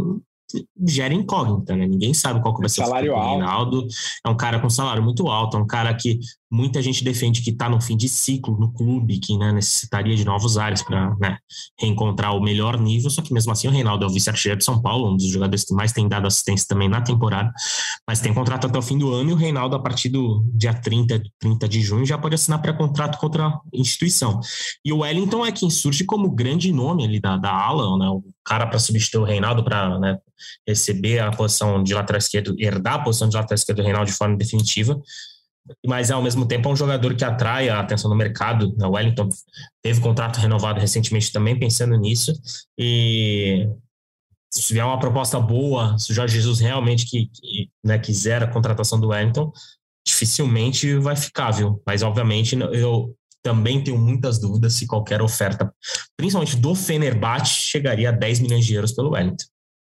gera incógnita, né? Ninguém sabe qual que vai ser o salário alto. O Reinaldo é um cara com salário muito alto, é um cara que muita gente defende que está no fim de ciclo no clube, que né, necessitaria de novos ares para né, reencontrar o melhor nível, só que mesmo assim o Reinaldo é o vice-artilheiro de São Paulo, um dos jogadores que mais tem dado assistência também na temporada, mas tem contrato até o fim do ano e o Reinaldo a partir do dia trinta, trinta de junho já pode assinar pré-contrato contra a instituição. E o Wellington é quem surge como grande nome ali da, da ala, né, o cara para substituir o Reinaldo, para né, receber a posição de lateral esquerdo, herdar a posição de lateral esquerdo do Reinaldo de forma definitiva, mas ao mesmo tempo é um jogador que atrai a atenção no mercado. O Wellington teve contrato renovado recentemente também pensando nisso, e se tiver uma proposta boa, se o Jorge Jesus realmente que, que, né, quiser a contratação do Wellington, dificilmente vai ficar, viu? Mas obviamente eu também tenho muitas dúvidas se qualquer oferta, principalmente do Fenerbahçe, chegaria a dez milhões de euros pelo Wellington.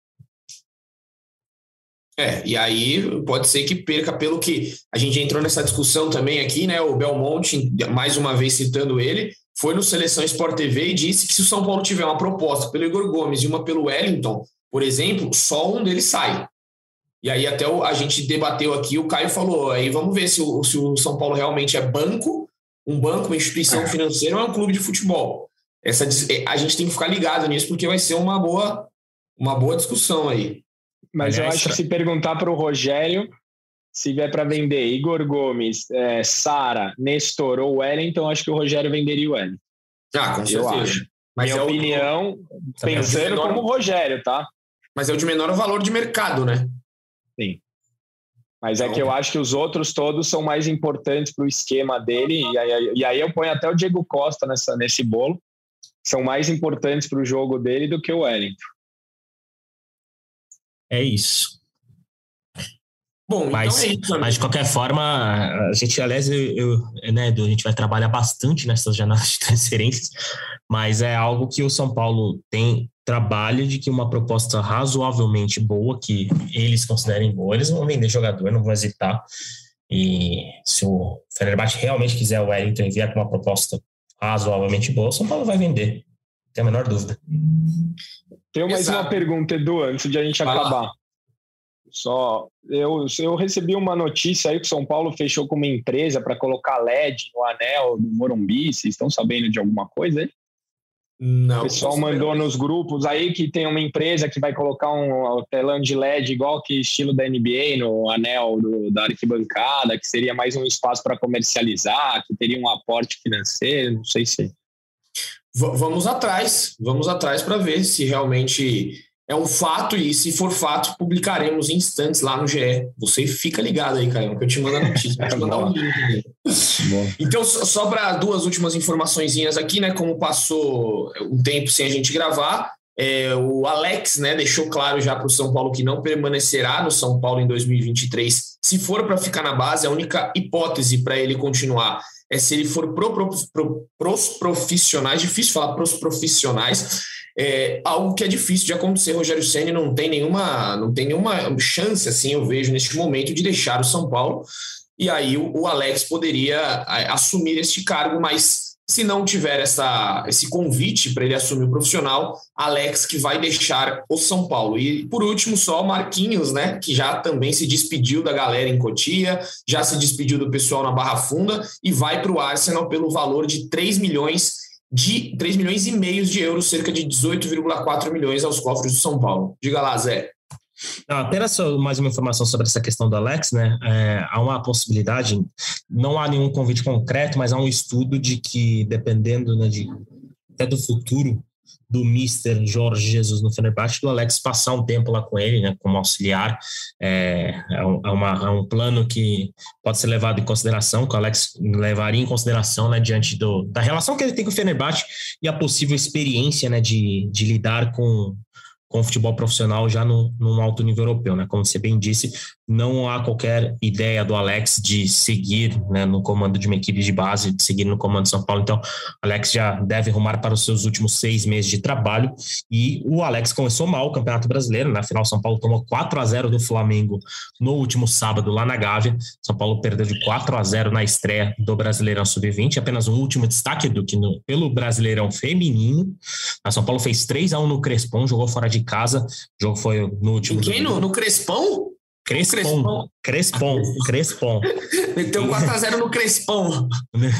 É, e aí pode ser que perca, pelo que a gente entrou nessa discussão também aqui, né? O Belmonte, mais uma vez citando ele, foi no Seleção Sport T V e disse que se o São Paulo tiver uma proposta pelo Igor Gomes e uma pelo Wellington, por exemplo, só um deles sai. E aí até a gente debateu aqui, o Caio falou, aí vamos ver se o, se o São Paulo realmente é banco, um banco, uma instituição financeira ou é um clube de futebol. Essa, a gente tem que ficar ligado nisso, porque vai ser uma boa, uma boa discussão aí. Mas Aliás, eu acho que se perguntar para o Rogério se vier para vender Igor Gomes, é, Sara, Nestor ou Wellington, acho que o Rogério venderia o Wellington. Ah, com certeza. Eu acho. Mas Minha é opinião, o... pensando é menor... como o Rogério, tá? Mas é o de menor valor de mercado, né? Sim. Mas então... é que eu acho que os outros todos são mais importantes para o esquema dele, e aí, e aí eu ponho até o Diego Costa nessa, nesse bolo, são mais importantes para o jogo dele do que o Wellington. É isso. Bom, mas, então é isso, mas de qualquer forma, a gente, aliás, eu, eu, né, a gente vai trabalhar bastante nessas janelas de transferências, mas é algo que o São Paulo tem trabalho de que uma proposta razoavelmente boa, que eles considerem boa, eles vão vender jogador, não vão hesitar. E se o Fenerbahçe realmente quiser o Wellington e vier com uma proposta razoavelmente boa, o São Paulo vai vender, não tem a menor dúvida. Tenho mais Exato. uma pergunta, Edu, antes de a gente Vai acabar. lá. Só, eu, eu recebi uma notícia aí que o São Paulo fechou com uma empresa para colocar L E D no anel do Morumbi. Vocês estão sabendo de alguma coisa aí? Não. O pessoal mandou nos grupos aí que tem uma empresa que vai colocar um telão de L E D igual que estilo da N B A no anel do, da arquibancada, que seria mais um espaço para comercializar, que teria um aporte financeiro, não sei se... V- vamos atrás, vamos atrás para ver se realmente é um fato, e se for fato, publicaremos em instantes lá no G E. Você fica ligado aí, Caio, que eu te mando a notícia, vou te mandar um link. Então, só para duas últimas informaçõezinhas aqui, né? Como passou um tempo sem a gente gravar, é, o Alex, né, deixou claro já para o São Paulo que não permanecerá no São Paulo em dois mil e vinte e três. Se for para ficar na base, a única hipótese para ele continuar é se ele for pro, pro, pro, pros profissionais, difícil falar pros profissionais, é algo que é difícil de acontecer. Rogério Ceni não tem nenhuma, não tem nenhuma chance, assim, eu vejo neste momento, de deixar o São Paulo, e aí o, o Alex poderia assumir este cargo, mas se não tiver essa, esse convite para ele assumir o profissional, Alex que vai deixar o São Paulo. E por último, só o Marquinhos, né, que já também se despediu da galera em Cotia, já se despediu do pessoal na Barra Funda e vai para o Arsenal pelo valor de três milhões de três milhões e meio de euros, cerca de dezoito vírgula quatro milhões aos cofres do São Paulo. Diga lá, Zé. Não, apenas mais uma informação sobre essa questão do Alex, né? É, há uma possibilidade, não há nenhum convite concreto, mas há um estudo de que, dependendo, né, de, até do futuro do mister Jorge Jesus no Fenerbahçe, do Alex passar um tempo lá com ele, né, como auxiliar. É, é, um, é, uma, é um plano que pode ser levado em consideração, que o Alex levaria em consideração, né, diante do, da relação que ele tem com o Fenerbahçe e a possível experiência, né, de, de lidar com com o futebol profissional já no, num alto nível europeu, né? Como você bem disse, não há qualquer ideia do Alex de seguir, né, no comando de uma equipe de base, de seguir no comando de São Paulo. Então, Alex já deve rumar para os seus últimos seis meses de trabalho, e o Alex começou mal o Campeonato Brasileiro, na final São Paulo tomou quatro a zero do Flamengo no último sábado lá na Gávea. São Paulo perdeu de quatro a zero na estreia do Brasileirão sub vinte, apenas um último destaque do que no, pelo Brasileirão feminino. A São Paulo fez três a um no Crespon, jogou fora de casa. O jogo foi no último. E quem? No, no Crespão? Crespon. Crespon. Crespon. Então quatro a zero no Crespão.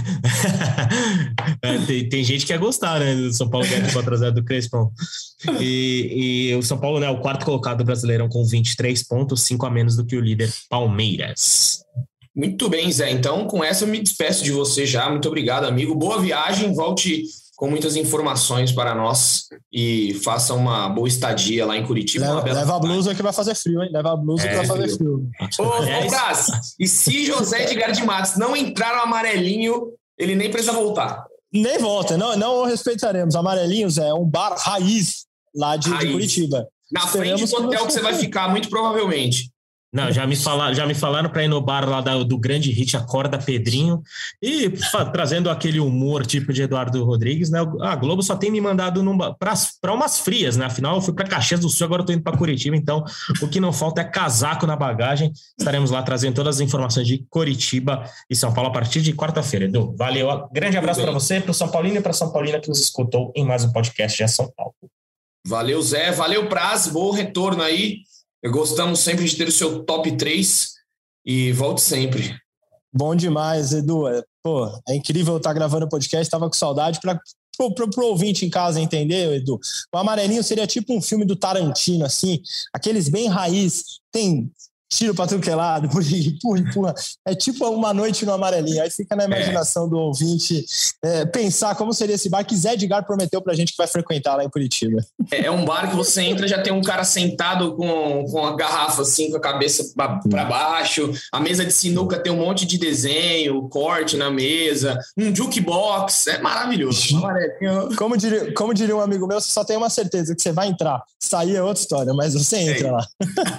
é, tem, tem gente que quer gostar, né? Do São Paulo ganhar de quatro a zero do Crespon. E, e o São Paulo, né? O quarto colocado do Brasileirão com vinte e três pontos, cinco a menos do que o líder Palmeiras. Muito bem, Zé. Então, com essa eu me despeço de você já. Muito obrigado, amigo. Boa viagem. Volte com muitas informações para nós e faça uma boa estadia lá em Curitiba. Leva, leva a blusa que vai fazer frio, hein? Leva a blusa é, que vai fazer frio. Ô, ô Brás, e se José Edgar de Matos não entrar no amarelinho, ele nem precisa voltar. Nem volta, não, não respeitaremos. Amarelinhos é um bar raiz lá de, raiz. de Curitiba. Na Esperamos frente do hotel que você vai ficar, muito provavelmente. Não, já me falaram, já me falaram para ir no bar lá da, do grande hit Acorda Pedrinho e fa, trazendo aquele humor tipo de Eduardo Rodrigues, né? A Globo só tem me mandado para umas frias, né? Afinal, eu fui para Caxias do Sul, agora estou indo para Curitiba, então o que não falta é casaco na bagagem. Estaremos lá trazendo todas as informações de Curitiba e São Paulo a partir de quarta-feira. Edu, valeu, grande abraço para você, para o São Paulino e para a São Paulina que nos escutou em mais um podcast de São Paulo. Valeu, Zé, valeu, Praz, bom retorno aí. Gostamos sempre de ter o seu top três e volte sempre. Bom demais, Edu. Pô, é incrível estar gravando o podcast, estava com saudade. Para pro, pro, pro ouvinte em casa entender, Edu, o Amarelinho seria tipo um filme do Tarantino, assim, aqueles bem raiz, tem tiro para tudo que é lado, empurra, empurra. É tipo Uma Noite no Amarelinho. Aí fica na imaginação é. do ouvinte é, pensar como seria esse bar que Zé Edgar prometeu pra gente que vai frequentar lá em Curitiba. É, é um bar que você entra, já tem um cara sentado com, com a garrafa assim, com a cabeça para baixo, a mesa de sinuca tem um monte de desenho, corte na mesa, um jukebox, é maravilhoso. Amarelinho. Como diria, como diria um amigo meu, você só tem uma certeza, que você vai entrar. Sair é outra história, mas você entra é. lá.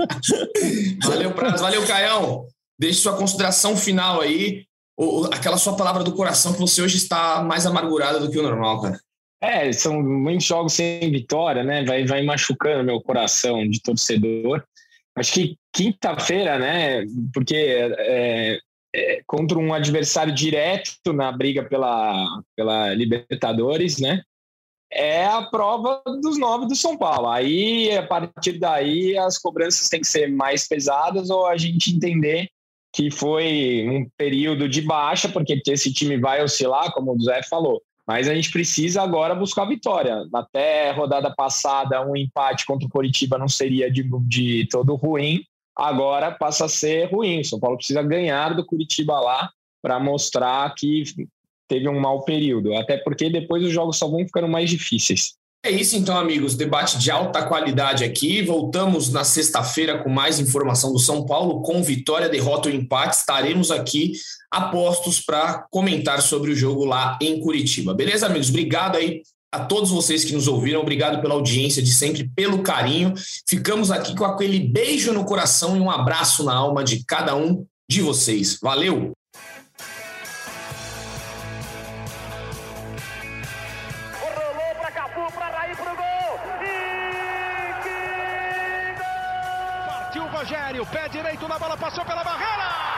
Valeu, Praz. Valeu, Caião. Deixe sua consideração final aí, ou aquela sua palavra do coração, que você hoje está mais amargurado do que o normal, cara. É, são muitos jogos sem vitória, né? Vai, vai machucando meu coração de torcedor. Acho que quinta-feira, né? Porque é, é, contra um adversário direto na briga pela, pela Libertadores, né? É a prova dos nove do São Paulo. Aí, a partir daí, as cobranças têm que ser mais pesadas ou a gente entender que foi um período de baixa, porque esse time vai oscilar, como o Zé falou. Mas a gente precisa agora buscar vitória. Até a rodada passada, um empate contra o Coritiba não seria de, de todo ruim. Agora passa a ser ruim. O São Paulo precisa ganhar do Coritiba lá para mostrar que teve um mau período, até porque depois os jogos só vão ficando mais difíceis. É isso então, amigos. Debate de alta qualidade aqui. Voltamos na sexta-feira com mais informação do São Paulo, com vitória, derrota ou empate. Estaremos aqui apostos para comentar sobre o jogo lá em Curitiba. Beleza, amigos? Obrigado aí a todos vocês que nos ouviram. Obrigado pela audiência de sempre, pelo carinho. Ficamos aqui com aquele beijo no coração e um abraço na alma de cada um de vocês. Valeu! Rogério, pé direito na bola, passou pela barreira!